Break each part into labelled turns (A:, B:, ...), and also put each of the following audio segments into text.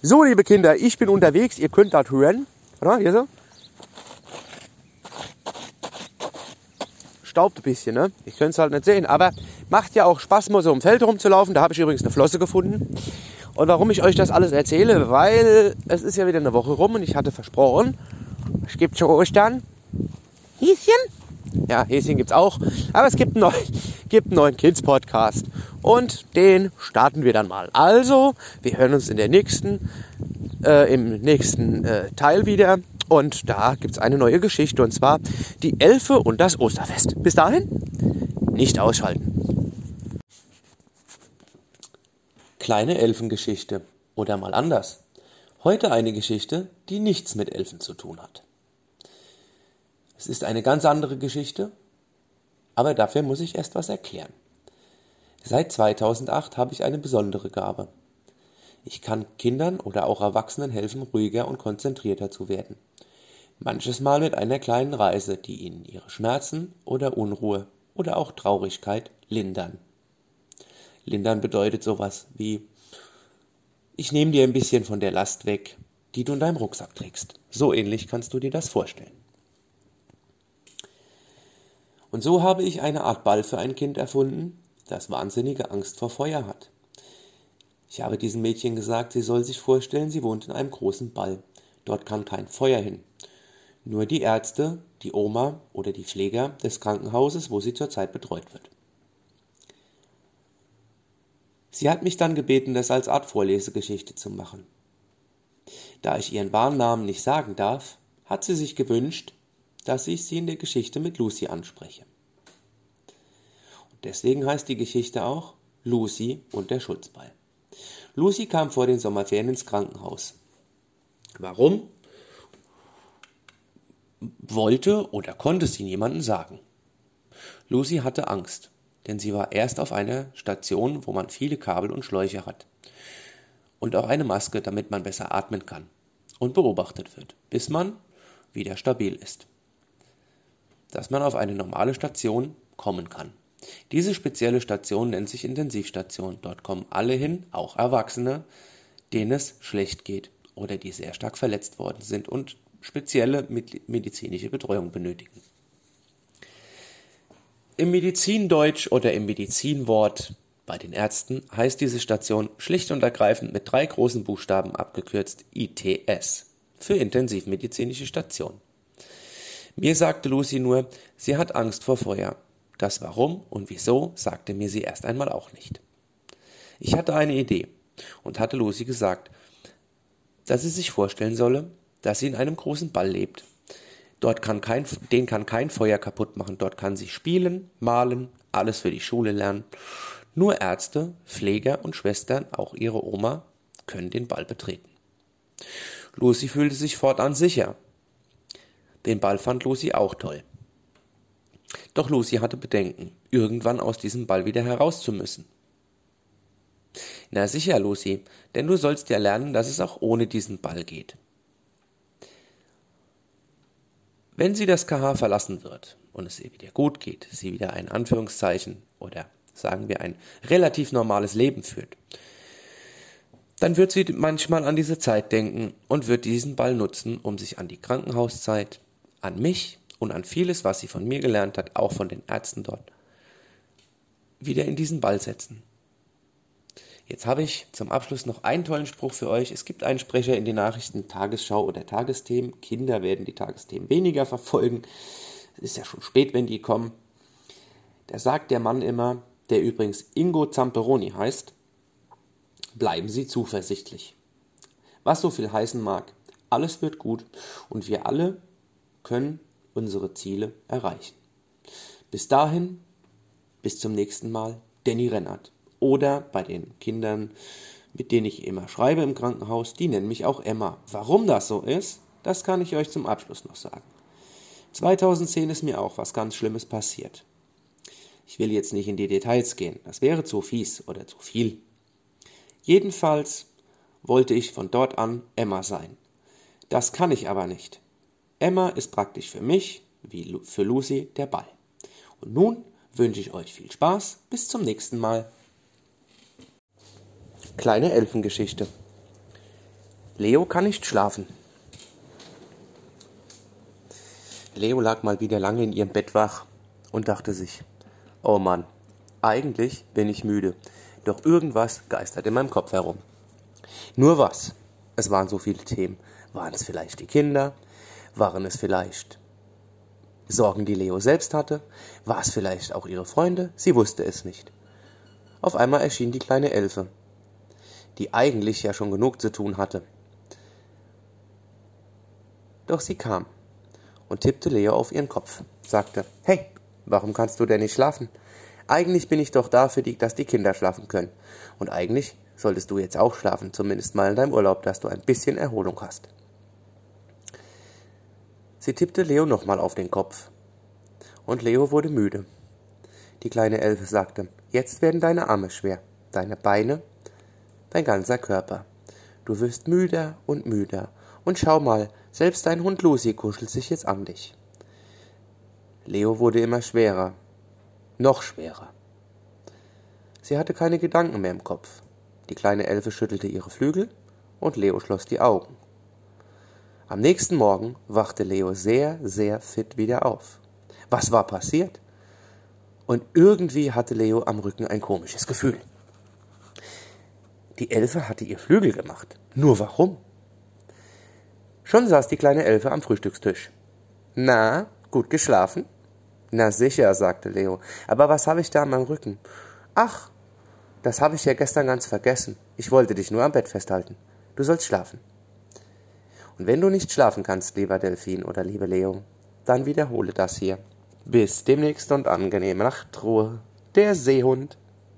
A: So, liebe Kinder, ich bin unterwegs. Ihr könnt das hören. Oder? Hier so. Staubt ein bisschen, ne? Ich könnte es halt nicht sehen. Aber macht ja auch Spaß, mal so im Feld rumzulaufen. Da habe ich übrigens eine Flosse gefunden. Und warum ich euch das alles erzähle, weil es ist ja wieder eine Woche rum und ich hatte versprochen, es gibt zu Ostern Häschen. Ja, Häschen gibt's auch. Aber es gibt einen neuen Kids-Podcast. Und den starten wir dann mal. Also, wir hören uns im nächsten Teil wieder. Und da gibt's eine neue Geschichte. Und zwar die Elfe und das Osterfest. Bis dahin, nicht ausschalten. Kleine Elfengeschichte. Oder mal anders. Heute eine Geschichte, die nichts mit Elfen zu tun hat. Es ist eine ganz andere Geschichte, aber dafür muss ich erst was erklären. Seit 2008 habe ich eine besondere Gabe. Ich kann Kindern oder auch Erwachsenen helfen, ruhiger und konzentrierter zu werden. Manches Mal mit einer kleinen Reise, die ihnen ihre Schmerzen oder Unruhe oder auch Traurigkeit lindern. Lindern bedeutet sowas wie: Ich nehme dir ein bisschen von der Last weg, die du in deinem Rucksack trägst. So ähnlich kannst du dir das vorstellen. Und so habe ich eine Art Ball für ein Kind erfunden, das wahnsinnige Angst vor Feuer hat. Ich habe diesem Mädchen gesagt, sie soll sich vorstellen, sie wohnt in einem großen Ball. Dort kann kein Feuer hin. Nur die Ärzte, die Oma oder die Pfleger des Krankenhauses, wo sie zurzeit betreut wird. Sie hat mich dann gebeten, das als Art Vorlesegeschichte zu machen. Da ich ihren wahren Namen nicht sagen darf, hat sie sich gewünscht, dass ich sie in der Geschichte mit Lucy anspreche. Und deswegen heißt die Geschichte auch Lucy und der Schutzball. Lucy kam vor den Sommerferien ins Krankenhaus. Warum? Wollte oder konnte sie niemandem sagen. Lucy hatte Angst, denn sie war erst auf einer Station, wo man viele Kabel und Schläuche hat. Und auch eine Maske, damit man besser atmen kann und beobachtet wird, bis man wieder stabil ist. Dass man auf eine normale Station kommen kann. Diese spezielle Station nennt sich Intensivstation. Dort kommen alle hin, auch Erwachsene, denen es schlecht geht oder die sehr stark verletzt worden sind und spezielle medizinische Betreuung benötigen. Im Medizindeutsch oder im Medizinwort bei den Ärzten heißt diese Station schlicht und ergreifend mit 3 großen Buchstaben abgekürzt ITS für intensivmedizinische Station. Mir sagte Lucy nur, sie hat Angst vor Feuer. Das Warum und Wieso sagte mir sie erst einmal auch nicht. Ich hatte eine Idee und hatte Lucy gesagt, dass sie sich vorstellen solle, dass sie in einem großen Ball lebt. Den kann kein Feuer kaputt machen. Dort kann sie spielen, malen, alles für die Schule lernen. Nur Ärzte, Pfleger und Schwestern, auch ihre Oma, können den Ball betreten. Lucy fühlte sich fortan sicher. Den Ball fand Lucy auch toll. Doch Lucy hatte Bedenken, irgendwann aus diesem Ball wieder heraus zu müssen. Na sicher, Lucy, denn du sollst ja lernen, dass es auch ohne diesen Ball geht. Wenn sie das KH verlassen wird und es ihr wieder gut geht, sie wieder ein Anführungszeichen oder sagen wir ein relativ normales Leben führt, dann wird sie manchmal an diese Zeit denken und wird diesen Ball nutzen, um sich an die Krankenhauszeit, an mich und an vieles, was sie von mir gelernt hat, auch von den Ärzten dort, wieder in diesen Ball setzen. Jetzt habe ich zum Abschluss noch einen tollen Spruch für euch. Es gibt einen Sprecher in den Nachrichten, Tagesschau oder Tagesthemen. Kinder werden die Tagesthemen weniger verfolgen. Es ist ja schon spät, wenn die kommen. Da sagt der Mann immer, der übrigens Ingo Zamperoni heißt, bleiben Sie zuversichtlich. Was so viel heißen mag, alles wird gut und wir alle können unsere Ziele erreichen. Bis dahin, bis zum nächsten Mal, Danny Rennert. Oder bei den Kindern, mit denen ich immer schreibe im Krankenhaus, die nennen mich auch Emma. Warum das so ist, das kann ich euch zum Abschluss noch sagen. 2010 ist mir auch was ganz Schlimmes passiert. Ich will jetzt nicht in die Details gehen, das wäre zu fies oder zu viel. Jedenfalls wollte ich von dort an Emma sein. Das kann ich aber nicht. Emma ist praktisch für mich, wie für Lucy, der Ball. Und nun wünsche ich euch viel Spaß, bis zum nächsten Mal. Kleine Elfengeschichte. Leo kann nicht schlafen. Leo lag mal wieder lange in ihrem Bett wach und dachte sich, oh Mann, eigentlich bin ich müde, doch irgendwas geistert in meinem Kopf herum. Nur was? Es waren so viele Themen. Waren es vielleicht die Kinder? Waren es vielleicht Sorgen, die Leo selbst hatte? War es vielleicht auch ihre Freunde? Sie wusste es nicht. Auf einmal erschien die kleine Elfe, die eigentlich ja schon genug zu tun hatte. Doch sie kam und tippte Leo auf ihren Kopf, sagte, hey, warum kannst du denn nicht schlafen? Eigentlich bin ich doch da dass die Kinder schlafen können. Und eigentlich solltest du jetzt auch schlafen, zumindest mal in deinem Urlaub, dass du ein bisschen Erholung hast. Sie tippte Leo nochmal auf den Kopf. Und Leo wurde müde. Die kleine Elfe sagte, jetzt werden deine Arme schwer, deine Beine, dein ganzer Körper. Du wirst müder und müder. Und schau mal, selbst dein Hund Lucy kuschelt sich jetzt an dich. Leo wurde immer schwerer, noch schwerer. Sie hatte keine Gedanken mehr im Kopf. Die kleine Elfe schüttelte ihre Flügel und Leo schloss die Augen. Am nächsten Morgen wachte Leo sehr, sehr fit wieder auf. Was war passiert? Und irgendwie hatte Leo am Rücken ein komisches Gefühl. Die Elfe hatte ihr Flügel gemacht. Nur warum? Schon saß die kleine Elfe am Frühstückstisch. Na, gut geschlafen? Na sicher, sagte Leo. Aber was habe ich da an meinem Rücken? Ach, das habe ich ja gestern ganz vergessen. Ich wollte dich nur am Bett festhalten. Du sollst schlafen. Und wenn du nicht schlafen kannst, lieber Delfin oder liebe Leo, dann wiederhole das hier. Bis demnächst und angenehme Nachtruhe. Der Seehund.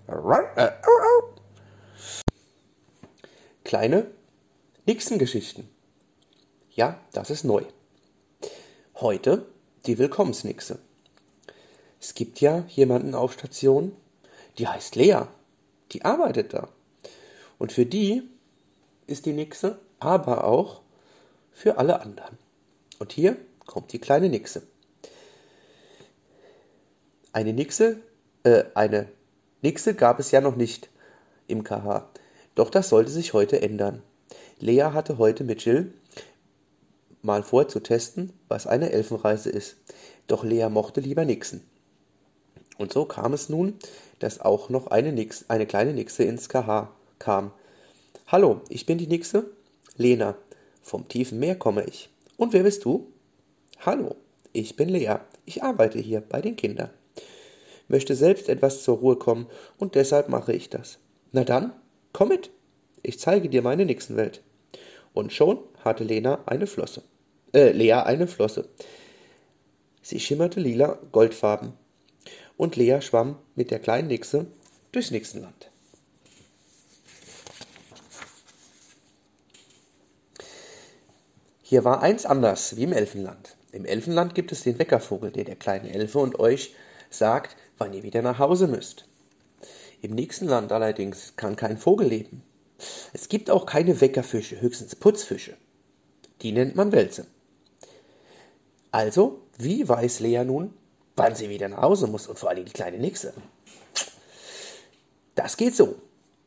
A: Kleine Nixengeschichten. Ja, das ist neu. Heute die Willkommensnixe. Es gibt ja jemanden auf Station, die heißt Lea. Die arbeitet da. Und für die ist die Nixe, aber auch für alle anderen. Und hier kommt die kleine Nixe. Eine Nixe gab es ja noch nicht im KH. Doch das sollte sich heute ändern. Lea hatte heute mit Jill mal vor zu testen, was eine Elfenreise ist. Doch Lea mochte lieber Nixen. Und so kam es nun, dass auch noch eine kleine Nixe ins KH kam. Hallo, ich bin die Nixe, Lena. Vom tiefen Meer komme ich. Und wer bist du? Hallo, ich bin Lea. Ich arbeite hier bei den Kindern. Möchte selbst etwas zur Ruhe kommen und deshalb mache ich das. Na dann, komm mit. Ich zeige dir meine Nixenwelt. Und schon hatte Lea eine Flosse. Sie schimmerte lila goldfarben. Und Lea schwamm mit der kleinen Nixe durchs Nixenland. Hier war eins anders wie im Elfenland. Im Elfenland gibt es den Weckervogel, der kleinen Elfe und euch sagt, wann ihr wieder nach Hause müsst. Im Nixenland allerdings kann kein Vogel leben. Es gibt auch keine Weckerfische, höchstens Putzfische. Die nennt man Wälse. Also, wie weiß Lea nun, wann sie wieder nach Hause muss und vor allem die kleine Nixe? Das geht so.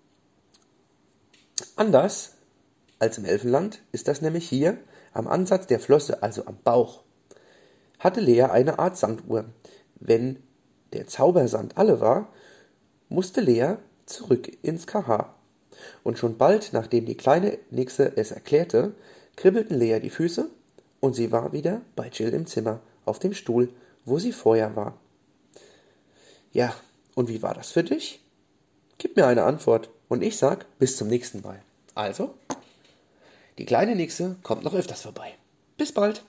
A: Anders als im Elfenland ist das nämlich hier am Ansatz der Flosse, also am Bauch, hatte Lea eine Art Sanduhr. Wenn der Zaubersand alle war, musste Lea zurück ins KH. Und schon bald, nachdem die kleine Nixe es erklärte, kribbelten Lea die Füße und sie war wieder bei Jill im Zimmer, auf dem Stuhl, wo sie vorher war. Ja, und wie war das für dich? Gib mir eine Antwort und ich sag bis zum nächsten Mal. Also, die kleine Nixe kommt noch öfters vorbei. Bis bald!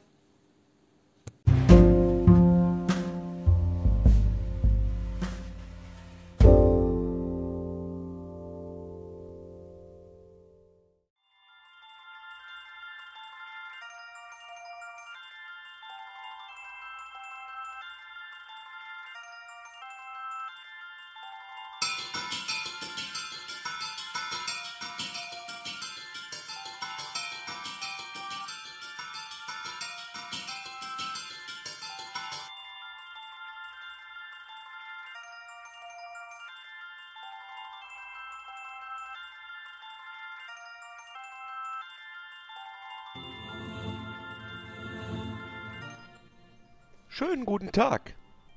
B: Schönen guten Tag.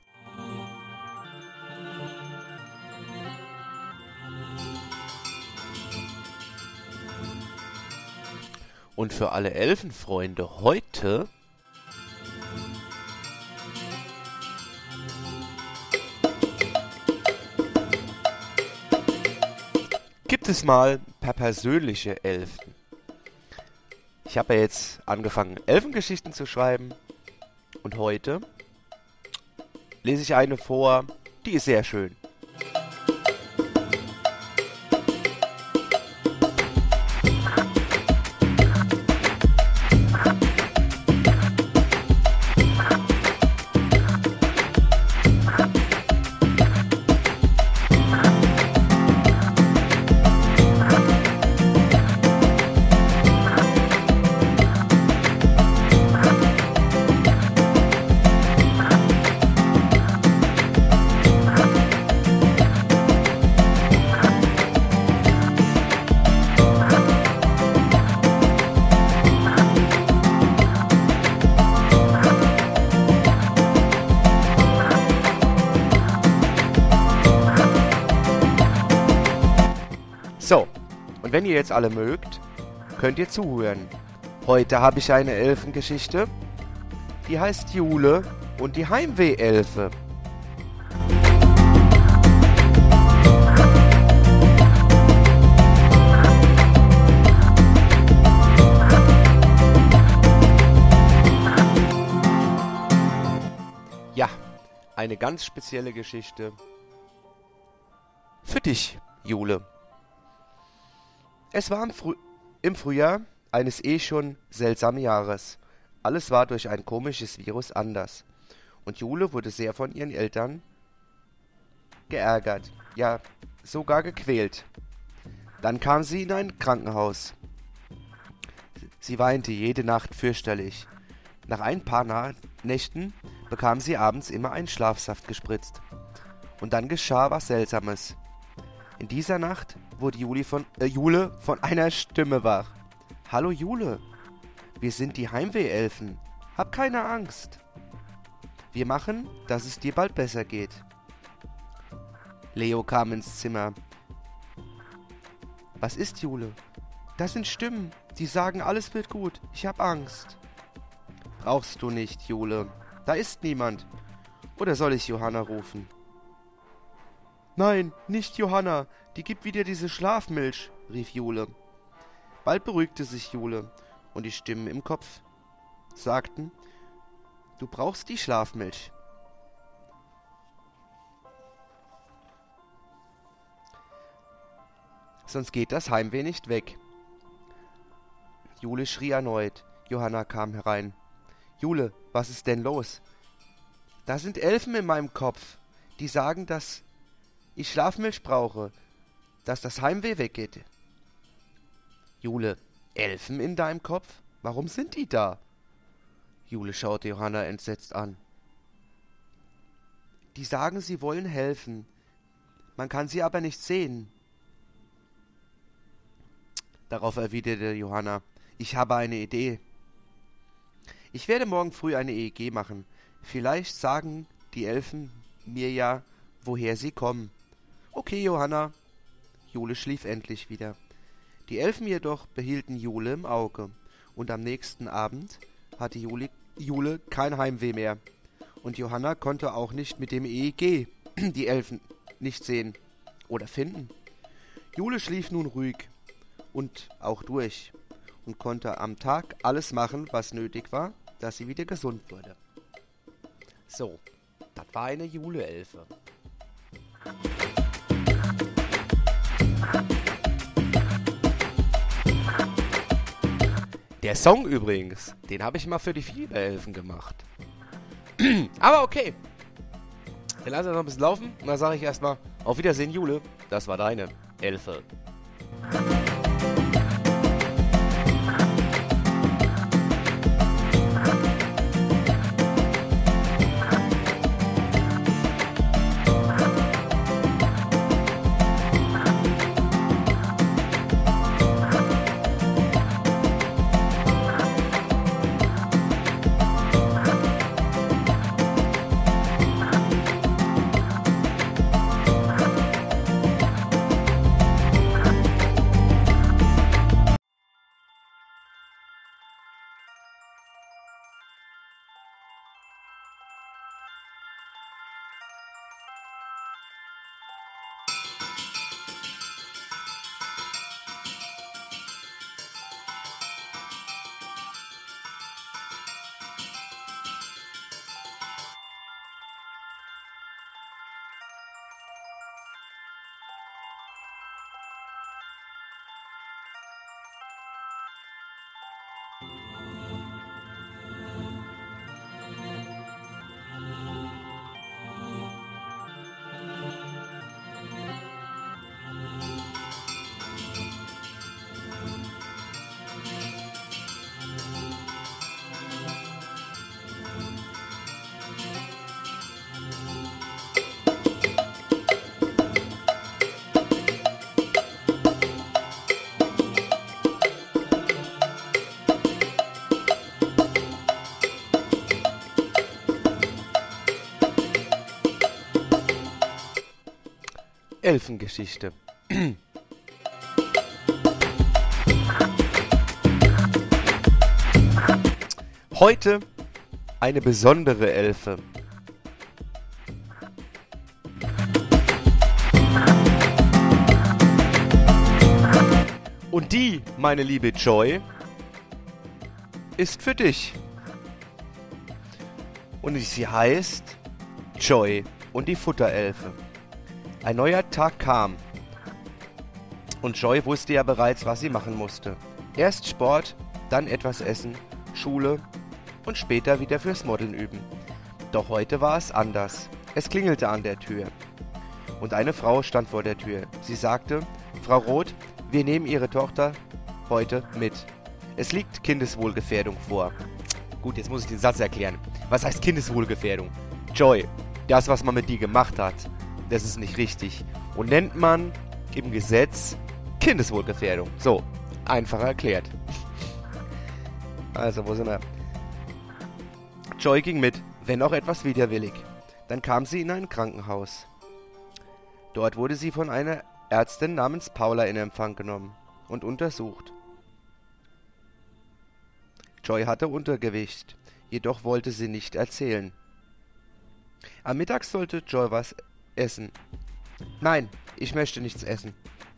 B: Und für alle Elfenfreunde heute gibt es mal ein paar persönliche Elfen. Ich habe ja jetzt angefangen, Elfengeschichten zu schreiben und heute lese ich eine vor, die ist sehr schön. So, und wenn ihr jetzt alle mögt, könnt ihr zuhören. Heute habe ich eine Elfengeschichte, die heißt Jule und die Heimweh-Elfe. Ja, eine ganz spezielle Geschichte für dich, Jule. Es war im Frühjahr eines schon seltsamen Jahres. Alles war durch ein komisches Virus anders. Und Jule wurde sehr von ihren Eltern geärgert, ja sogar gequält. Dann kam sie in ein Krankenhaus. Sie weinte jede Nacht fürchterlich. Nach ein paar Nächten bekam sie abends immer einen Schlafsaft gespritzt. Und dann geschah was Seltsames. In dieser Nacht wurde Jule von einer Stimme wach. Hallo Jule, wir sind die Heimweh-Elfen. Hab keine Angst. Wir machen, dass es dir bald besser geht. Leo kam ins Zimmer. Was ist, Jule? Das sind Stimmen, die sagen, alles wird gut. Ich hab Angst. Brauchst du nicht, Jule. Da ist niemand. Oder soll ich Johanna rufen? Nein, nicht Johanna, die gibt wieder diese Schlafmilch, rief Jule. Bald beruhigte sich Jule, und die Stimmen im Kopf sagten, du brauchst die Schlafmilch. Sonst geht das Heimweh nicht weg. Jule schrie erneut. Johanna kam herein. Jule, was ist denn los? Da sind Elfen in meinem Kopf, die sagen, dass ich Schlafmilch brauche, dass das Heimweh weggeht. Jule, Elfen in deinem Kopf? Warum sind die da? Jule schaute Johanna entsetzt an. Die sagen, sie wollen helfen. Man kann sie aber nicht sehen. Darauf erwiderte Johanna, ich habe eine Idee. Ich werde morgen früh eine EEG machen. Vielleicht sagen die Elfen mir ja, woher sie kommen. Okay, Johanna. Jule schlief endlich wieder. Die Elfen jedoch behielten Jule im Auge. Und am nächsten Abend hatte Jule kein Heimweh mehr. Und Johanna konnte auch nicht mit dem EEG die Elfen nicht sehen oder finden. Jule schlief nun ruhig und auch durch und konnte am Tag alles machen, was nötig war, dass sie wieder gesund wurde. So, das war eine Jule-Elfe. Der Song übrigens, den habe ich mal für die Fieberelfen gemacht. Aber okay. Wir lassen das noch ein bisschen laufen und dann sage ich erstmal auf Wiedersehen, Jule. Das war deine Elfe. Elfengeschichte. Heute eine besondere Elfe. Und die, meine liebe Joy, ist für dich. Und sie heißt Joy und die Futterelfe. Ein neuer Tag kam. Und Joy wusste ja bereits, was sie machen musste. Erst Sport, dann etwas essen, Schule und später wieder fürs Modeln üben. Doch heute war es anders. Es klingelte an der Tür. Und eine Frau stand vor der Tür. Sie sagte, Frau Roth, wir nehmen Ihre Tochter heute mit. Es liegt Kindeswohlgefährdung vor. Gut, jetzt muss ich den Satz erklären. Was heißt Kindeswohlgefährdung? Joy, das, was man mit dir gemacht hat, das ist nicht richtig. Und nennt man im Gesetz Kindeswohlgefährdung. So, einfacher erklärt. Also, wo sind wir? Joy ging mit, wenn auch etwas widerwillig. Dann kam sie in ein Krankenhaus. Dort wurde sie von einer Ärztin namens Paula in Empfang genommen und untersucht. Joy hatte Untergewicht, jedoch wollte sie nicht erzählen. Am Mittag sollte Joy was essen. Nein, ich möchte nichts essen.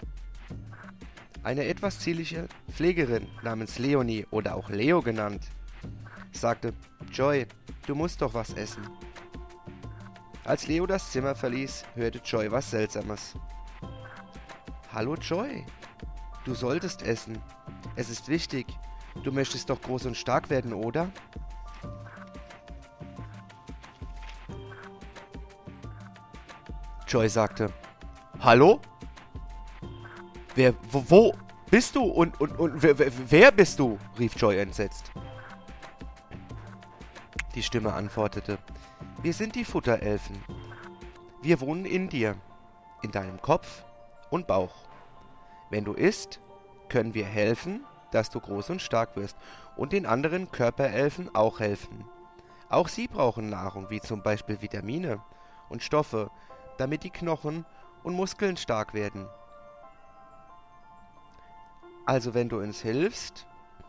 B: Eine etwas zierliche Pflegerin namens Leonie oder auch Leo genannt, sagte, Joy, du musst doch was essen. Als Leo das Zimmer verließ, hörte Joy was Seltsames. Hallo Joy, du solltest essen. Es ist wichtig. Du möchtest doch groß und stark werden, oder? Joy sagte, Hallo? Wo bist du? Und wer bist du? Rief Joy entsetzt. Die Stimme antwortete, wir sind die Futterelfen. Wir wohnen in dir, in deinem Kopf und Bauch. Wenn du isst, können wir helfen, dass du groß und stark wirst und den anderen Körperelfen auch helfen. Auch sie brauchen Nahrung, wie zum Beispiel Vitamine und Stoffe, damit die Knochen und Muskeln stark werden. Also wenn du uns hilfst,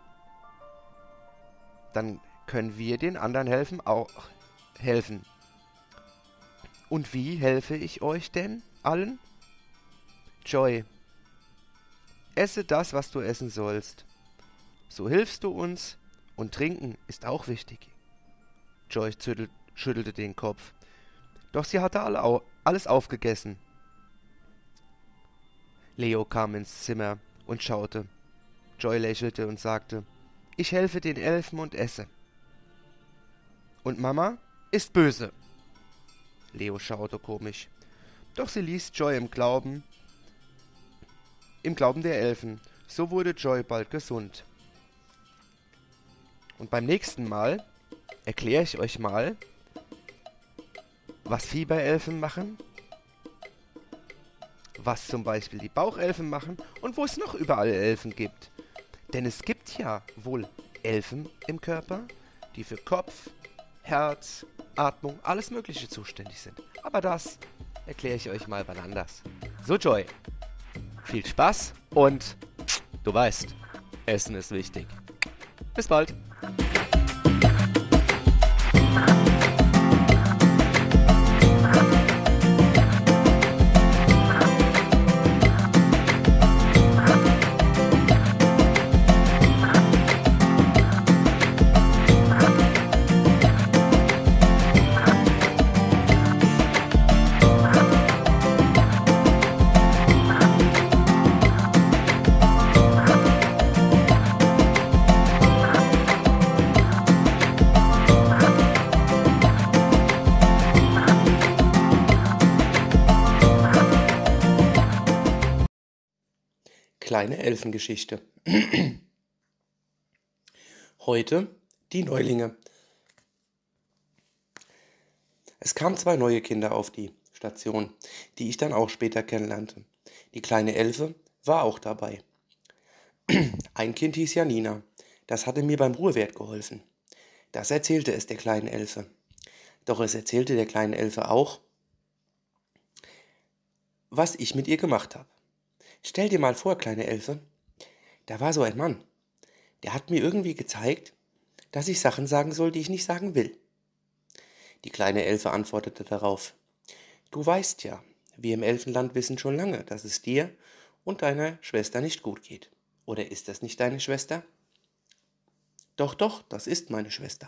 B: dann können wir den anderen helfen. Und wie helfe ich euch denn allen? Joy, esse das, was du essen sollst. So hilfst du uns und trinken ist auch wichtig. Joy schüttelte den Kopf. Doch sie hatte alles aufgegessen. Leo kam ins Zimmer und schaute. Joy lächelte und sagte, ich helfe den Elfen und esse. Und Mama ist böse. Leo schaute komisch. Doch sie ließ Joy im Glauben der Elfen. So wurde Joy bald gesund. Und beim nächsten Mal erkläre ich euch mal, was Fieberelfen machen, was zum Beispiel die Bauchelfen machen und wo es noch überall Elfen gibt. Denn es gibt ja wohl Elfen im Körper, die für Kopf, Herz, Atmung, alles Mögliche zuständig sind. Aber das erkläre ich euch mal wann anders. So Joy, viel Spaß und du weißt, Essen ist wichtig. Bis bald.
A: Kleine Elfengeschichte. Heute die Neulinge. Es kamen 2 neue Kinder auf die Station, die ich dann auch später kennenlernte. Die kleine Elfe war auch dabei. Ein Kind hieß Janina. Das hatte mir beim Ruhewert geholfen. Das erzählte es der kleinen Elfe. Doch es erzählte der kleinen Elfe auch, was ich mit ihr gemacht habe. Stell dir mal vor, kleine Elfe, da war so ein Mann, der hat mir irgendwie gezeigt, dass ich Sachen sagen soll, die ich nicht sagen will. Die kleine Elfe antwortete darauf: Du weißt ja, wir im Elfenland wissen schon lange, dass es dir und deiner Schwester nicht gut geht. Oder ist das nicht deine Schwester? Doch, doch, das ist meine Schwester.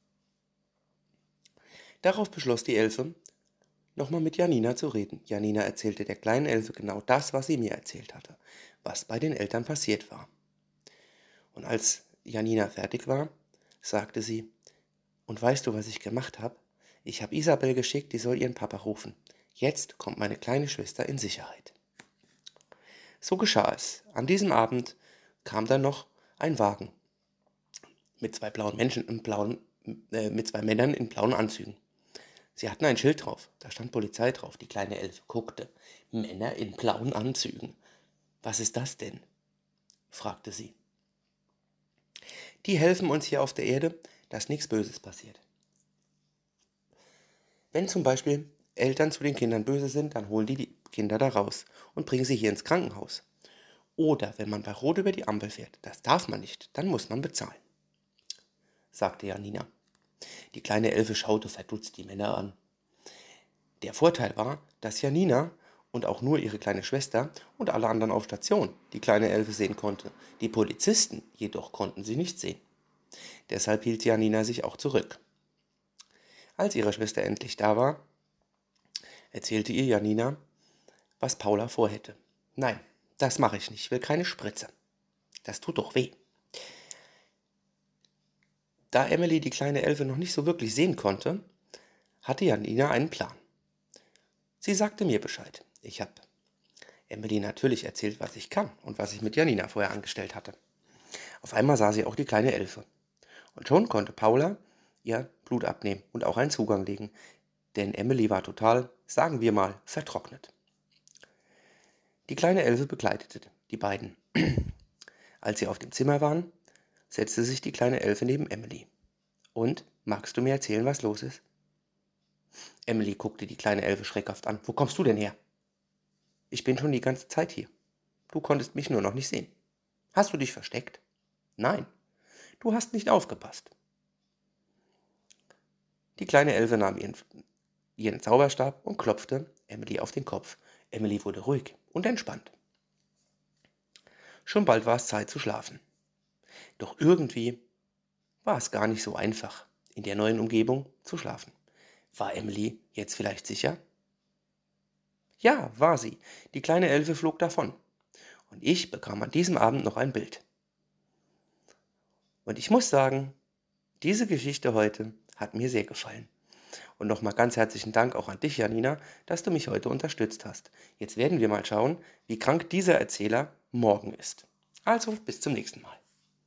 A: Darauf beschloss die Elfe, nochmal mit Janina zu reden. Janina erzählte der kleinen Elfe genau das, was sie mir erzählt hatte, was bei den Eltern passiert war. Und als Janina fertig war, sagte sie: Und weißt du, was ich gemacht habe? Ich habe Isabel geschickt, die soll ihren Papa rufen. Jetzt kommt meine kleine Schwester in Sicherheit. So geschah es. An diesem Abend kam dann noch ein Wagen mit zwei blauen Menschen mit zwei Männern in blauen Anzügen. Sie hatten ein Schild drauf, da stand Polizei drauf. Die kleine Elfe guckte. Männer in blauen Anzügen. Was ist das denn? Fragte sie. Die helfen uns hier auf der Erde, dass nichts Böses passiert. Wenn zum Beispiel Eltern zu den Kindern böse sind, dann holen die Kinder da raus und bringen sie hier ins Krankenhaus. Oder wenn man bei Rot über die Ampel fährt, das darf man nicht, dann muss man bezahlen, sagte Janina. Die kleine Elfe schaute verdutzt die Männer an. Der Vorteil war, dass Janina und auch nur ihre kleine Schwester und alle anderen auf Station die kleine Elfe sehen konnte. Die Polizisten jedoch konnten sie nicht sehen. Deshalb hielt Janina sich auch zurück. Als ihre Schwester endlich da war, erzählte ihr Janina, was Paula vorhätte. Nein, das mache ich nicht, ich will keine Spritze. Das tut doch weh. Da Emily die kleine Elfe noch nicht so wirklich sehen konnte, hatte Janina einen Plan. Sie sagte mir Bescheid. Ich habe Emily natürlich erzählt, was ich kann und was ich mit Janina vorher angestellt hatte. Auf einmal sah sie auch die kleine Elfe. Und schon konnte Paula ihr Blut abnehmen und auch einen Zugang legen, denn Emily war total, sagen wir mal, vertrocknet. Die kleine Elfe begleitete die beiden. Als sie auf dem Zimmer waren, setzte sich die kleine Elfe neben Emily. Und, magst du mir erzählen, was los ist? Emily guckte die kleine Elfe schreckhaft an. Wo kommst du denn her? Ich bin schon die ganze Zeit hier. Du konntest mich nur noch nicht sehen. Hast du dich versteckt? Nein, du hast nicht aufgepasst. Die kleine Elfe nahm ihren Zauberstab und klopfte Emily auf den Kopf. Emily wurde ruhig und entspannt. Schon bald war es Zeit zu schlafen. Doch irgendwie war es gar nicht so einfach, in der neuen Umgebung zu schlafen. War Emily jetzt vielleicht sicher? Ja, war sie. Die kleine Elfe flog davon. Und ich bekam an diesem Abend noch ein Bild. Und ich muss sagen, diese Geschichte heute hat mir sehr gefallen. Und nochmal ganz herzlichen Dank auch an dich, Janina, dass du mich heute unterstützt hast. Jetzt werden wir mal schauen, wie krank dieser Erzähler morgen ist. Also, bis zum nächsten Mal.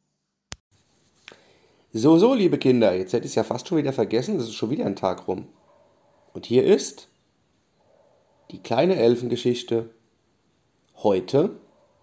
A: So, liebe Kinder, jetzt hätte ich es ja fast schon wieder vergessen, es ist schon wieder ein Tag rum. Und hier ist die kleine Elfengeschichte heute.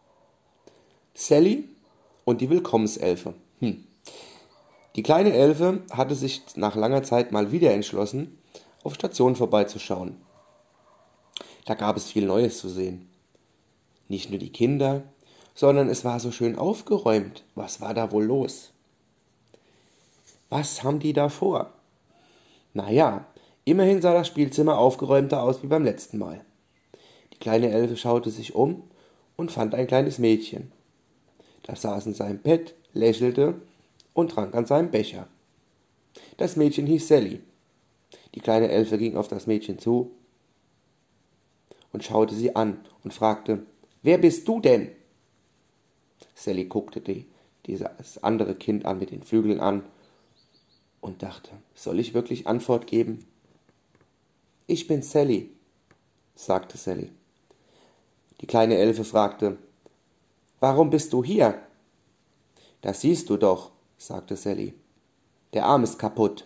A: Sally und die Willkommenselfe. Die kleine Elfe hatte sich nach langer Zeit mal wieder entschlossen, auf Station vorbeizuschauen. Da gab es viel Neues zu sehen. Nicht nur die Kinder, sondern es war so schön aufgeräumt. Was war da wohl los? Was haben die da vor? Naja, immerhin sah das Spielzimmer aufgeräumter aus wie beim letzten Mal. Die kleine Elfe schaute sich um und fand ein kleines Mädchen. Das saß in seinem Bett, lächelte und trank an seinem Becher. Das Mädchen hieß Sally. Die kleine Elfe ging auf das Mädchen zu und schaute sie an und fragte: Wer bist du denn? Sally guckte dieses andere Kind an mit den Flügeln an und dachte: Soll ich wirklich Antwort geben? Ich bin Sally, sagte Sally. Die kleine Elfe fragte: Warum bist du hier? Das siehst du doch, sagte Sally. Der Arm ist kaputt.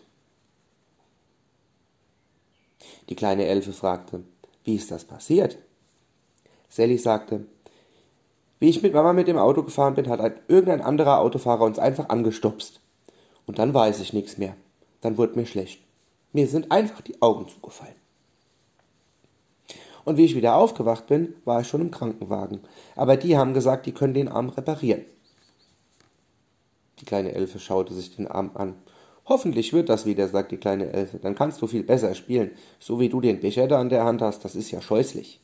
A: Die kleine Elfe fragte: Wie ist das passiert? Sally sagte: Wie ich mit Mama mit dem Auto gefahren bin, hat irgendein anderer Autofahrer uns einfach angestupst. Und dann weiß ich nichts mehr. Dann wurde mir schlecht. Mir sind einfach die Augen zugefallen. Und wie ich wieder aufgewacht bin, war ich schon im Krankenwagen. Aber die haben gesagt, die können den Arm reparieren. Die kleine Elfe schaute sich den Arm an. Hoffentlich wird das wieder, sagt die kleine Elfe. Dann kannst du viel besser spielen. So wie du den Becher da an der Hand hast, das ist ja scheußlich.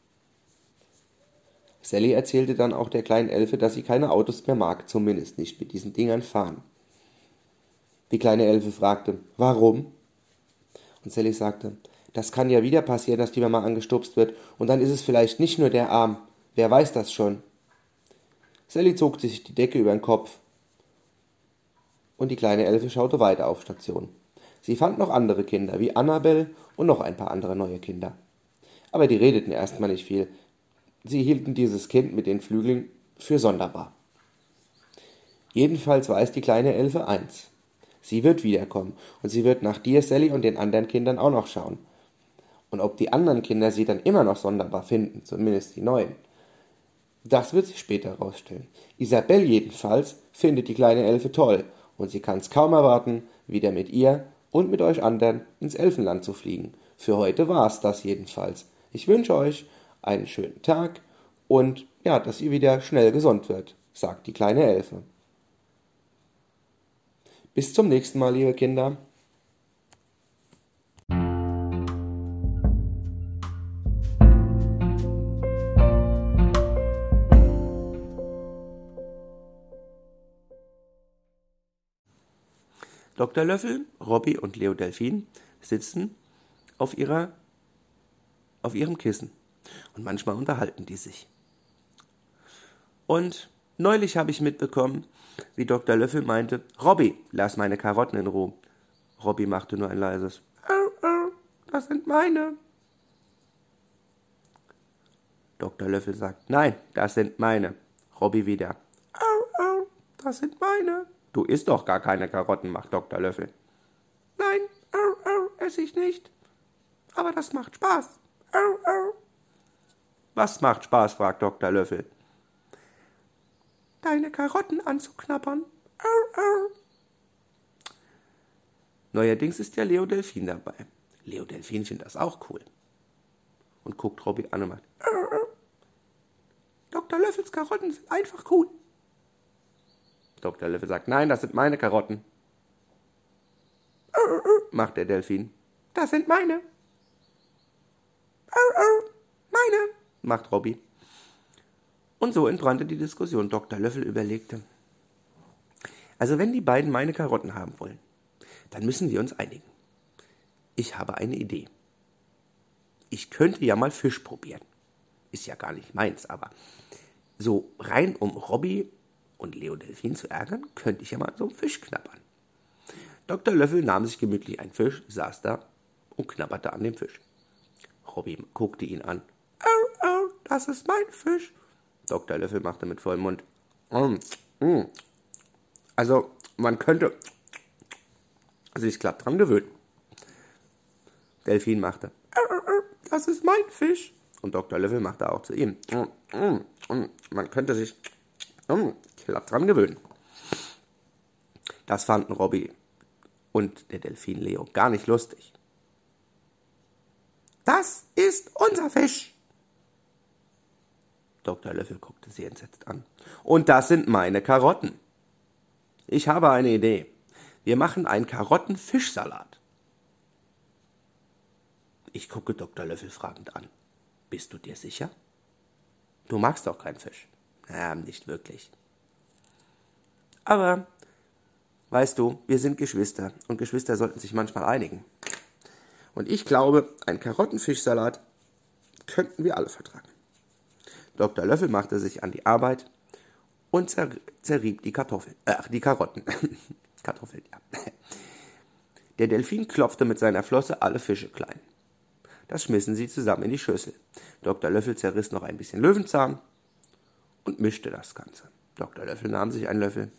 A: Sally erzählte dann auch der kleinen Elfe, dass sie keine Autos mehr mag, zumindest nicht mit diesen Dingern fahren. Die kleine Elfe fragte, warum? Und Sally sagte, das kann ja wieder passieren, dass die Mama angestupst wird, und dann ist es vielleicht nicht nur der Arm. Wer weiß das schon? Sally zog sich die Decke über den Kopf, und die kleine Elfe schaute weiter auf Station. Sie fand noch andere Kinder, wie Annabelle und noch ein paar andere neue Kinder. Aber die redeten erstmal nicht viel. Sie hielten dieses Kind mit den Flügeln für sonderbar. Jedenfalls weiß die kleine Elfe eins. Sie wird wiederkommen, und sie wird nach dir, Sally, und den anderen Kindern auch noch schauen. Und ob die anderen Kinder sie dann immer noch sonderbar finden, zumindest die neuen, das wird sich später herausstellen. Isabelle jedenfalls findet die kleine Elfe toll, und sie kann es kaum erwarten, wieder mit ihr und mit euch anderen ins Elfenland zu fliegen. Für heute war's das jedenfalls. Ich wünsche euch einen schönen Tag und ja, dass ihr wieder schnell gesund wird, sagt die kleine Elfe. Bis zum nächsten Mal, liebe Kinder. Dr. Löffel, Robby und Leo Delfin sitzen auf ihrem Kissen und manchmal unterhalten die sich. Und neulich habe ich mitbekommen, wie Dr. Löffel meinte, Robby, lass meine Karotten in Ruhe. Robby machte nur ein leises das sind meine. Dr. Löffel sagt, nein, das sind meine. Robby wieder, das sind meine. Du isst doch gar keine Karotten, macht Dr. Löffel. Nein, esse ich nicht. Aber das macht Spaß. Was macht Spaß, fragt Dr. Löffel. Deine Karotten anzuknabbern. Neuerdings ist ja Leo Delfin dabei. Leo Delfin findet das auch cool. Und guckt Robby an und macht, Dr. Löffels Karotten sind einfach cool. Dr. Löffel sagt, nein, das sind meine Karotten. Macht der Delfin. Das sind meine. Meine, macht Robby. Und so entbrannte die Diskussion. Dr. Löffel überlegte, also wenn die beiden meine Karotten haben wollen, dann müssen wir uns einigen. Ich habe eine Idee. Ich könnte ja mal Fisch probieren. Ist ja gar nicht meins, aber so rein um Robby und Leo Delfin zu ärgern, könnte ich ja mal so einen Fisch knabbern. Dr. Löffel nahm sich gemütlich einen Fisch, saß da und knabberte an dem Fisch. Robby guckte ihn an. Das ist mein Fisch. Dr. Löffel machte mit vollem Mund. Also, man könnte sich glatt dran gewöhnen. Delfin machte. Das ist mein Fisch. Und Dr. Löffel machte auch zu ihm. Man könnte sich glatt dran gewöhnen. Das fanden Robby und der Delfin Leo gar nicht lustig. Das ist unser Fisch. Dr. Löffel guckte sie entsetzt an. Und das sind meine Karotten. Ich habe eine Idee. Wir machen einen Karottenfischsalat. Ich gucke Dr. Löffel fragend an. Bist du dir sicher? Du magst doch keinen Fisch. Nicht wirklich. Aber, weißt du, wir sind Geschwister und Geschwister sollten sich manchmal einigen. Und ich glaube, einen Karottenfischsalat könnten wir alle vertragen. Dr. Löffel machte sich an die Arbeit und zerrieb die Karotten. Kartoffeln, ja. Der Delfin klopfte mit seiner Flosse alle Fische klein. Das schmissen sie zusammen in die Schüssel. Dr. Löffel zerriss noch ein bisschen Löwenzahn und mischte das Ganze. Dr. Löffel nahm sich einen Löffel.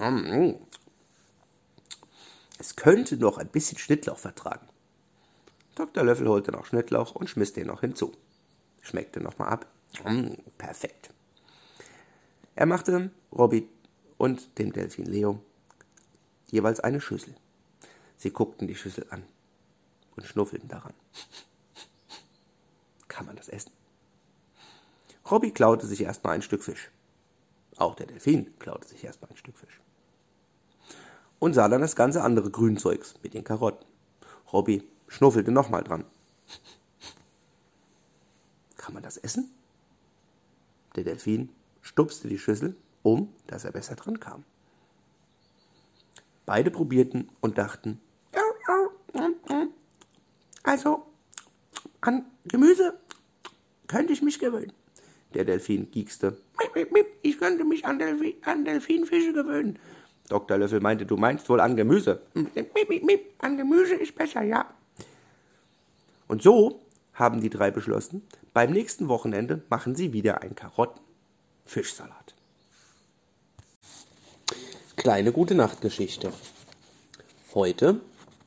A: Es könnte noch ein bisschen Schnittlauch vertragen. Dr. Löffel holte noch Schnittlauch und schmiss den noch hinzu. Schmeckte nochmal ab. Perfekt. Er machte Robby und dem Delfin Leo jeweils eine Schüssel. Sie guckten die Schüssel an und schnuffelten daran. Kann man das essen? Robby klaute sich erstmal ein Stück Fisch. Auch der Delfin klaute sich erstmal ein Stück Fisch. Und sah dann das ganze andere Grünzeugs mit den Karotten. Robby schnuffelte nochmal dran. Kann man das essen? Der Delfin stupste die Schüssel dass er besser dran kam. Beide probierten und dachten, also an Gemüse könnte ich mich gewöhnen. Der Delfin giekste. Ich könnte mich an Delfinfische gewöhnen. Dr. Löffel meinte, du meinst wohl an Gemüse. An Gemüse ist besser, ja. Und so haben die drei beschlossen, beim nächsten Wochenende machen sie wieder einen Karotten-Fischsalat. Kleine Gute-Nacht-Geschichte. Heute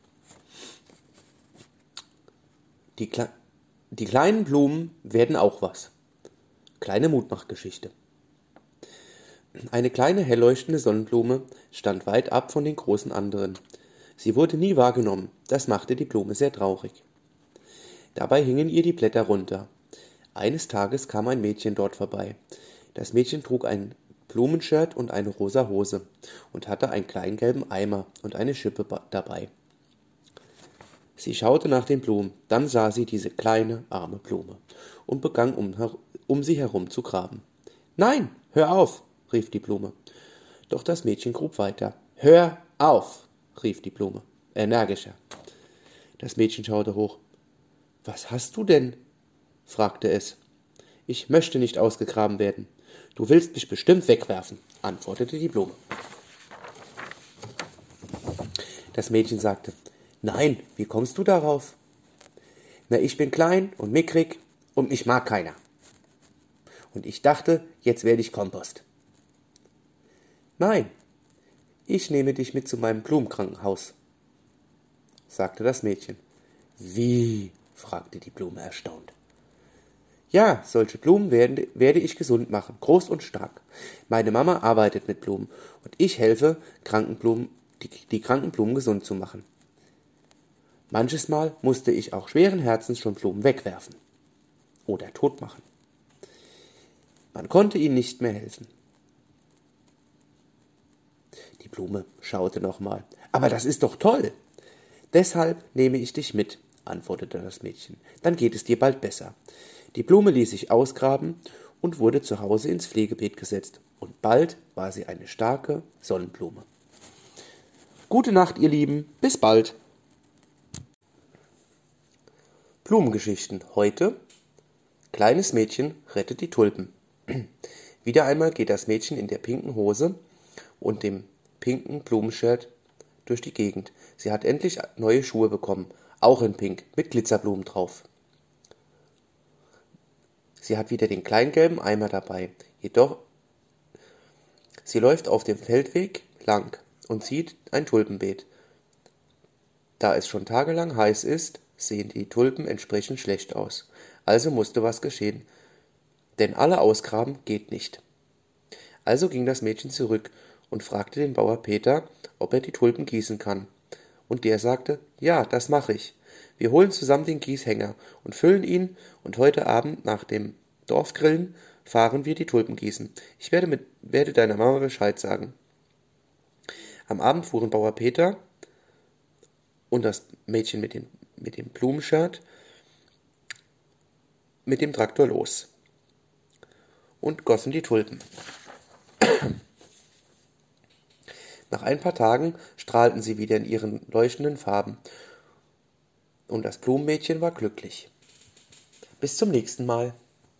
A: die kleinen Blumen werden auch was. Kleine Mutmachgeschichte. Eine kleine hell leuchtende Sonnenblume stand weit ab von den großen anderen. Sie wurde nie wahrgenommen, das machte die Blume sehr traurig. Dabei hingen ihr die Blätter runter. Eines Tages kam ein Mädchen dort vorbei. Das Mädchen trug ein Blumenshirt und eine rosa Hose und hatte einen kleinen gelben Eimer und eine Schippe dabei. Sie schaute nach den Blumen, dann sah sie diese kleine, arme Blume und begann um sie herum zu graben. »Nein, hör auf«, rief die Blume. Doch das Mädchen grub weiter. »Hör auf«, rief die Blume, energischer. Das Mädchen schaute hoch. »Was hast du denn?«, fragte es. »Ich möchte nicht ausgegraben werden. Du willst mich bestimmt wegwerfen«, antwortete die Blume. Das Mädchen sagte, »Nein, wie kommst du darauf?« »Na, ich bin klein und mickrig und mich mag keiner. Und ich dachte, jetzt werde ich Kompost.« »Nein, ich nehme dich mit zu meinem Blumenkrankenhaus«, sagte das Mädchen. »Wie?«, fragte die Blume erstaunt. »Ja, solche Blumen werde ich gesund machen, groß und stark. Meine Mama arbeitet mit Blumen und ich helfe, die kranken Blumen gesund zu machen. Manches Mal musste ich auch schweren Herzens schon Blumen wegwerfen oder tot machen. Man konnte ihnen nicht mehr helfen.« Die Blume schaute nochmal. »Aber das ist doch toll!« »Deshalb nehme ich dich mit«, antwortete das Mädchen. »Dann geht es dir bald besser.« Die Blume ließ sich ausgraben und wurde zu Hause ins Pflegebeet gesetzt. Und bald war sie eine starke Sonnenblume. Gute Nacht, ihr Lieben. Bis bald. Blumengeschichten. Heute: Kleines Mädchen rettet die Tulpen. Wieder einmal geht das Mädchen in der pinken Hose und dem pinken Blumenshirt durch die Gegend. Sie hat endlich neue Schuhe bekommen, auch in Pink, mit Glitzerblumen drauf. Sie hat wieder den kleinen gelben Eimer dabei, jedoch sie läuft auf dem Feldweg lang und sieht ein Tulpenbeet. Da es schon tagelang heiß ist, sehen die Tulpen entsprechend schlecht aus. Also musste was geschehen, denn alle ausgraben geht nicht. Also ging das Mädchen zurück und fragte den Bauer Peter, ob er die Tulpen gießen kann. Und der sagte, ja, das mache ich. Wir holen zusammen den Gießhänger und füllen ihn, und heute Abend nach dem Dorfgrillen fahren wir die Tulpen gießen. Ich werde deiner Mama Bescheid sagen. Am Abend fuhren Bauer Peter und das Mädchen mit dem Blumenshirt mit dem Traktor los und gossen die Tulpen. Nach ein paar Tagen strahlten sie wieder in ihren leuchtenden Farben und das Blumenmädchen war glücklich. Bis zum nächsten Mal.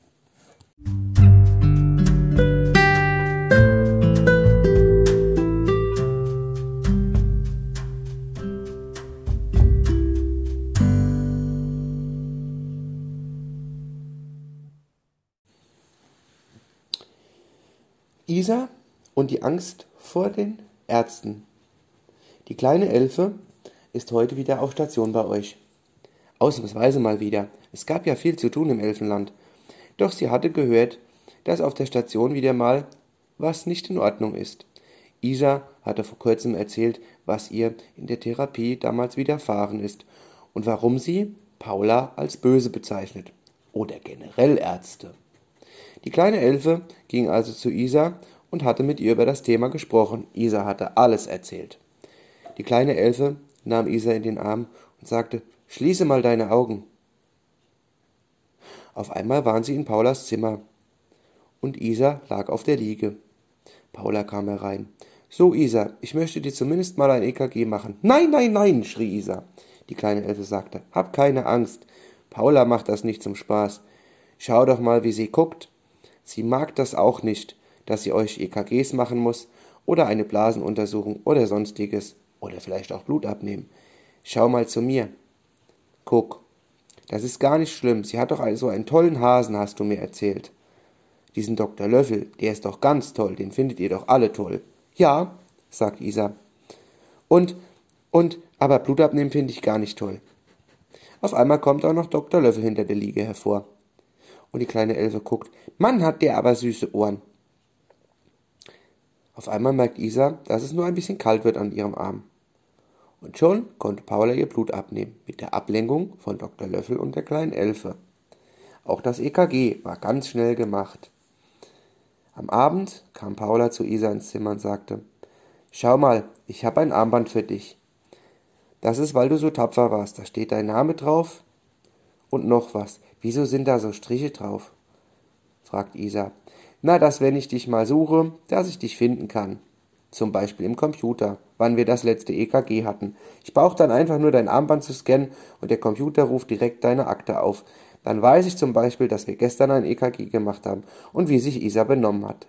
A: Isa und die Angst vor den Ärzten. Die kleine Elfe ist heute wieder auf Station bei euch. Ausnahmsweise mal wieder. Es gab ja viel zu tun im Elfenland. Doch sie hatte gehört, dass auf der Station wieder mal was nicht in Ordnung ist. Isa hatte vor kurzem erzählt, was ihr in der Therapie damals widerfahren ist und warum sie Paula als böse bezeichnet. oder generell Ärzte. Die kleine Elfe ging also zu Isa und hatte mit ihr über das Thema gesprochen. Isa hatte alles erzählt. Die kleine Elfe nahm Isa in den Arm und sagte: »Schließe mal deine Augen.« Auf einmal waren sie in Paulas Zimmer und Isa lag auf der Liege. Paula kam herein. »So, Isa, ich möchte dir zumindest mal ein EKG machen.« »Nein, nein, nein«, schrie Isa. Die kleine Elfe sagte: »Hab keine Angst. Paula macht das nicht zum Spaß. Schau doch mal, wie sie guckt. Sie mag das auch nicht, dass sie euch EKGs machen muss oder eine Blasenuntersuchung oder sonstiges oder vielleicht auch Blut abnehmen. Schau mal zu mir. Guck, das ist gar nicht schlimm. Sie hat doch so einen tollen Hasen, hast du mir erzählt. Diesen Dr. Löffel, der ist doch ganz toll, den findet ihr doch alle toll.« »Ja«, sagt Isa. Und, aber Blut abnehmen finde ich gar nicht toll.« Auf einmal kommt auch noch Dr. Löffel hinter der Liege hervor. Und die kleine Elfe guckt. »Mann, hat der aber süße Ohren.« Auf einmal merkt Isa, dass es nur ein bisschen kalt wird an ihrem Arm. Und schon konnte Paula ihr Blut abnehmen, mit der Ablenkung von Dr. Löffel und der kleinen Elfe. Auch das EKG war ganz schnell gemacht. Am Abend kam Paula zu Isa ins Zimmer und sagte: »Schau mal, ich habe ein Armband für dich. Das ist, weil du so tapfer warst. Da steht dein Name drauf und noch was. Wieso sind da so Striche drauf?« fragt Isa. »Na, dass, wenn ich dich mal suche, dass ich dich finden kann. Zum Beispiel im Computer, wann wir das letzte EKG hatten. Ich brauche dann einfach nur dein Armband zu scannen und der Computer ruft direkt deine Akte auf. Dann weiß ich zum Beispiel, dass wir gestern ein EKG gemacht haben und wie sich Isa benommen hat.«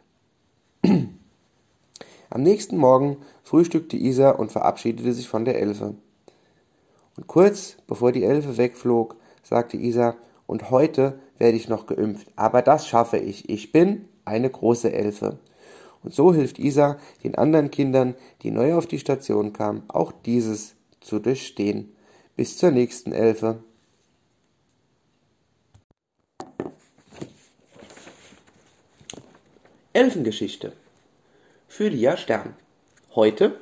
A: Am nächsten Morgen frühstückte Isa und verabschiedete sich von der Elfe. Und kurz bevor die Elfe wegflog, sagte Isa: »Und heute werde ich noch geimpft, aber das schaffe ich. Ich bin eine große Elfe.« Und so hilft Isa den anderen Kindern, die neu auf die Station kamen, auch dieses zu durchstehen. Bis zur nächsten Elfe. Elfengeschichte für Lia Stern. Heute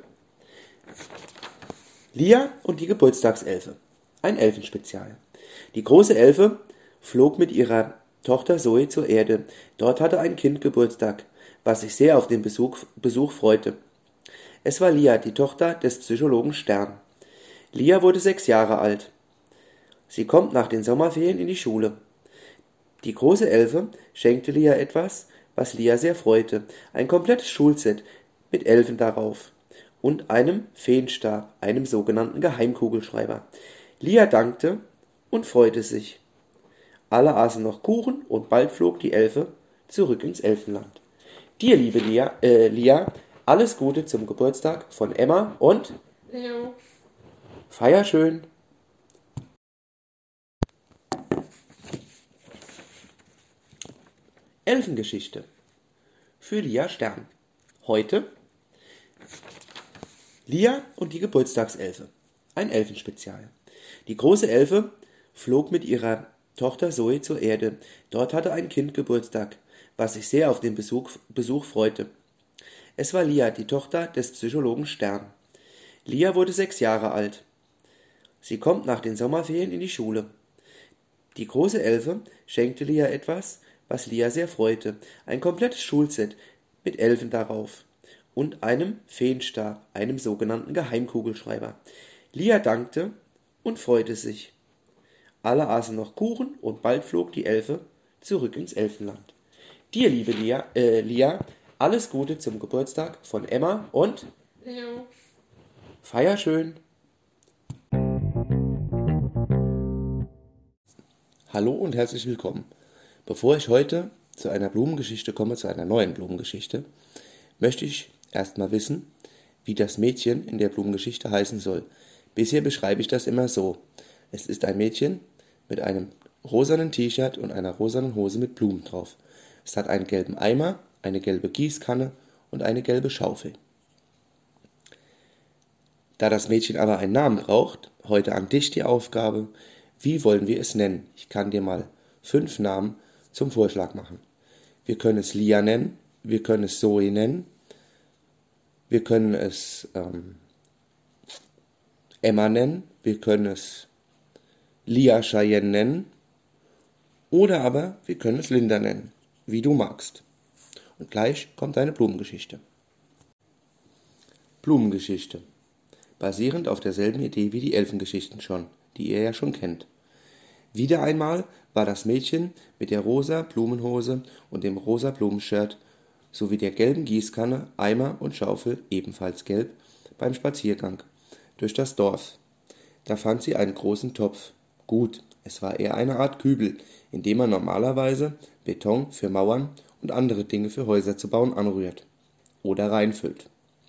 A: Lia und die Geburtstagselfe. Ein Elfenspezial. Die große Elfe flog mit ihrer Tochter Zoe zur Erde. Dort hatte ein Kind Geburtstag, was sich sehr auf den Besuch freute. Es war Lia, die Tochter des Psychologen Stern. Lia wurde 6 Jahre alt. Sie kommt nach den Sommerferien in die Schule. Die große Elfe schenkte Lia etwas, was Lia sehr freute: ein komplettes Schulset mit Elfen darauf und einem Feenstab, einem sogenannten Geheimkugelschreiber. Lia dankte und freute sich. Alle aßen noch Kuchen und bald flog die Elfe zurück ins Elfenland. Dir, liebe Lia, alles Gute zum Geburtstag von Emma und
C: Leo.
A: Feier schön. Elfengeschichte für Lia Stern. Heute Lia und die Geburtstagselfe. Ein Elfenspezial. Die große Elfe flog mit ihrer Tochter Zoe zur Erde. Dort hatte ein Kind Geburtstag, was sich sehr auf den Besuch freute. Es war Lia, die Tochter des Psychologen Stern. Lia wurde 6 Jahre alt. Sie kommt nach den Sommerferien in die Schule. Die große Elfe schenkte Lia etwas, was Lia sehr freute: ein komplettes Schulset mit Elfen darauf und einem Feenstab, einem sogenannten Geheimkugelschreiber. Lia dankte und freute sich. Alle aßen noch Kuchen und bald flog die Elfe zurück ins Elfenland. Dir, liebe Lia, alles Gute zum Geburtstag von Emma und
C: Leo.
A: Feier schön. Hallo und herzlich willkommen. Bevor ich heute zu einer Blumengeschichte komme, zu einer neuen Blumengeschichte, möchte ich erstmal wissen, wie das Mädchen in der Blumengeschichte heißen soll. Bisher beschreibe ich das immer so: Es ist ein Mädchen mit einem rosanen T-Shirt und einer rosanen Hose mit Blumen drauf. Es hat einen gelben Eimer, eine gelbe Gießkanne und eine gelbe Schaufel. Da das Mädchen aber einen Namen braucht, heute an dich die Aufgabe: Wie wollen wir es nennen? Ich kann dir mal 5 Namen zum Vorschlag machen. Wir können es Lia nennen, wir können es Zoe nennen, wir können es Emma nennen, wir können es Lia Cheyenne nennen Oder aber wir können es Linda nennen, wie du magst. Und gleich kommt eine Blumengeschichte. Blumengeschichte. Basierend auf derselben Idee wie die Elfengeschichten schon, die ihr ja schon kennt. Wieder einmal war das Mädchen mit der rosa Blumenhose und dem rosa Blumenshirt sowie der gelben Gießkanne, Eimer und Schaufel, ebenfalls gelb, beim Spaziergang durch das Dorf. Da fand sie einen großen Topf. Gut, es war eher eine Art Kübel, in dem man normalerweise Beton für Mauern und andere Dinge für Häuser zu bauen anrührt oder reinfüllt.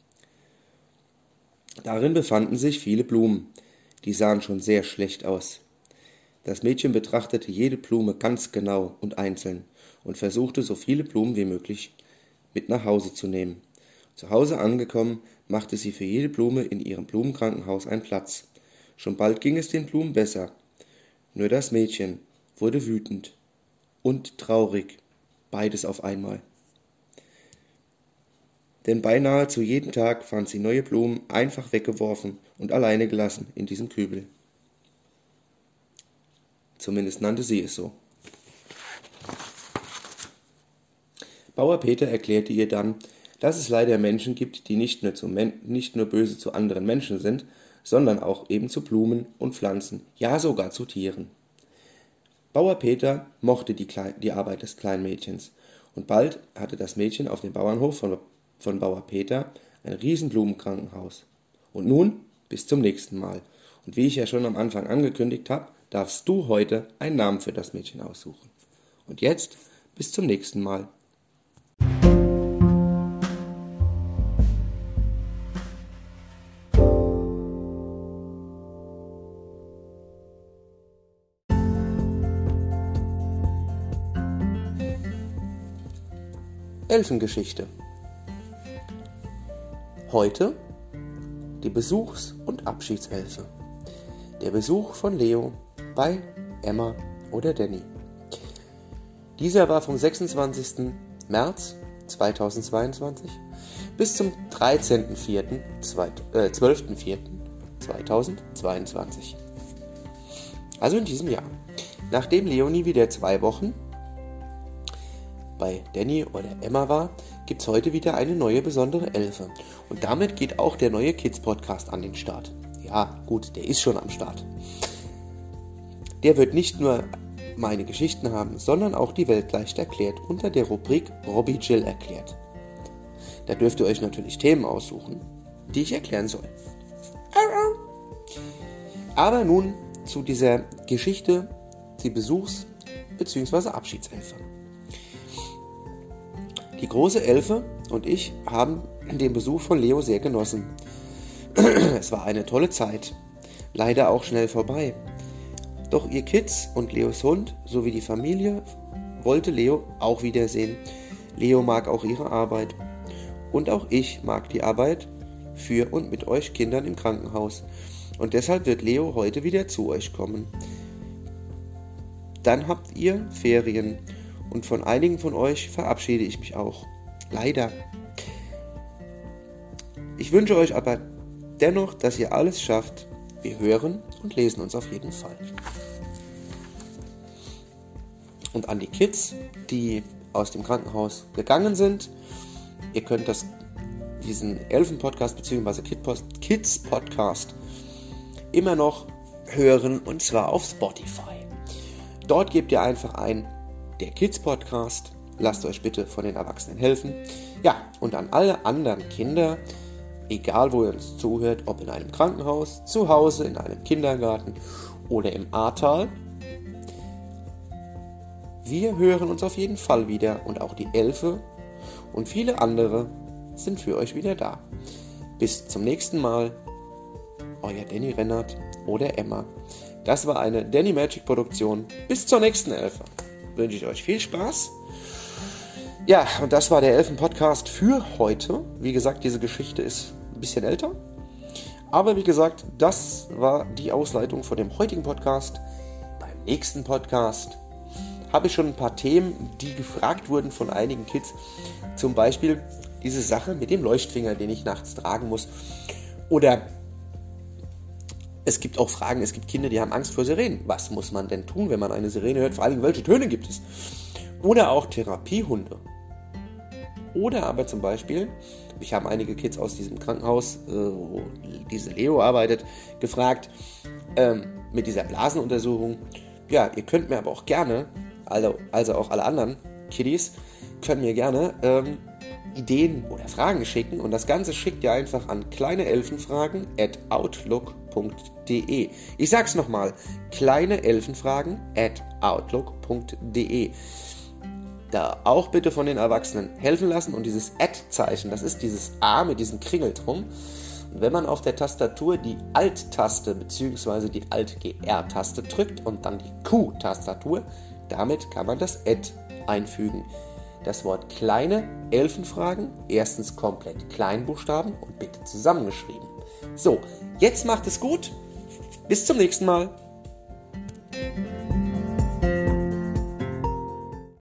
A: Darin befanden sich viele Blumen, die sahen schon sehr schlecht aus. Das Mädchen betrachtete jede Blume ganz genau und einzeln und versuchte, so viele Blumen wie möglich mit nach Hause zu nehmen. Zu Hause angekommen, machte sie für jede Blume in ihrem Blumenkrankenhaus einen Platz. Schon bald ging es den Blumen besser. Nur das Mädchen wurde wütend und traurig, beides auf einmal. Denn beinahe zu jedem Tag fand sie neue Blumen einfach weggeworfen und alleine gelassen in diesem Kübel. Zumindest nannte sie es so. Bauer Peter erklärte ihr dann, dass es leider Menschen gibt, die nicht nur böse zu anderen Menschen sind, sondern auch eben zu Blumen und Pflanzen, ja sogar zu Tieren. Bauer Peter mochte die Arbeit des kleinen Mädchens, und bald hatte das Mädchen auf dem Bauernhof von Bauer Peter ein riesen Blumenkrankenhaus. Und nun bis zum nächsten Mal. Und wie ich ja schon am Anfang angekündigt habe, darfst du heute einen Namen für das Mädchen aussuchen. Und jetzt bis zum nächsten Mal. Elfengeschichte. Heute die Besuchs- und Abschiedselfe. Der Besuch von Leo bei Emma oder Danny. Dieser war vom 26. März 2022 bis zum 12.04.2022. Also in diesem Jahr. Nachdem Leonie wieder 2 Wochen bei Danny oder Emma war, gibt es heute wieder eine neue besondere Elfe. Und damit geht auch der neue Kids-Podcast an den Start. Ja, gut, der ist schon am Start. Der wird nicht nur meine Geschichten haben, sondern auch die Welt leicht erklärt unter der Rubrik Robbie Jill erklärt. Da dürft ihr euch natürlich Themen aussuchen, die ich erklären soll. Aber nun zu dieser Geschichte, die Besuchs- bzw. Abschiedselfe. Die große Elfe und ich haben den Besuch von Leo sehr genossen. Es war eine tolle Zeit, leider auch schnell vorbei. Doch ihr Kids und Leos Hund sowie die Familie wollte Leo auch wiedersehen. Leo mag auch ihre Arbeit. Und auch ich mag die Arbeit für und mit euch Kindern im Krankenhaus. Und deshalb wird Leo heute wieder zu euch kommen. Dann habt ihr Ferien. Und von einigen von euch verabschiede ich mich auch. Leider. Ich wünsche euch aber dennoch, dass ihr alles schafft. Wir hören und lesen uns auf jeden Fall. Und an die Kids, die aus dem Krankenhaus gegangen sind, ihr könnt diesen Elfen-Podcast bzw. Kids-Podcast immer noch hören, und zwar auf Spotify. Dort gebt ihr einfach ein, der Kids-Podcast. Lasst euch bitte von den Erwachsenen helfen. Ja, und an alle anderen Kinder, egal wo ihr uns zuhört, ob in einem Krankenhaus, zu Hause, in einem Kindergarten oder im Ahrtal, wir hören uns auf jeden Fall wieder, und auch die Elfe und viele andere sind für euch wieder da. Bis zum nächsten Mal, euer Danny Rennert oder Emma. Das war eine Danny Magic Produktion. Bis zur nächsten Elfe wünsche ich euch viel Spaß. Ja, und das war der Elfen-Podcast für heute. Wie gesagt, diese Geschichte ist ein bisschen älter. Aber wie gesagt, das war die Ausleitung von dem heutigen Podcast. Beim nächsten Podcast habe ich schon ein paar Themen, die gefragt wurden von einigen Kids. Zum Beispiel diese Sache mit dem Leuchtfinger, den ich nachts tragen muss. Oder Es gibt auch Fragen, es gibt Kinder, die haben Angst vor Sirenen. Was muss man denn tun, wenn man eine Sirene hört? Vor allem, welche Töne gibt es? Oder auch Therapiehunde. Oder aber zum Beispiel, ich habe einige Kids aus diesem Krankenhaus, wo diese Leo arbeitet, gefragt, mit dieser Blasenuntersuchung, ja, ihr könnt mir aber auch gerne, also auch alle anderen Kiddies, können mir gerne Ideen oder Fragen schicken und das Ganze schickt ihr einfach an kleineelfenfragen@outlook.de. Ich sag's nochmal, kleineelfenfragen@outlook.de. Da auch bitte von den Erwachsenen helfen lassen und dieses Add-Zeichen, das ist dieses A mit diesem Kringel drum. Und wenn man auf der Tastatur die Alt-Taste bzw. die Alt-GR-Taste drückt und dann die Q-Tastatur, damit kann man das Add einfügen. Das Wort kleine Elfenfragen, erstens komplett Kleinbuchstaben und bitte zusammengeschrieben. So, jetzt macht es gut. Bis zum nächsten Mal.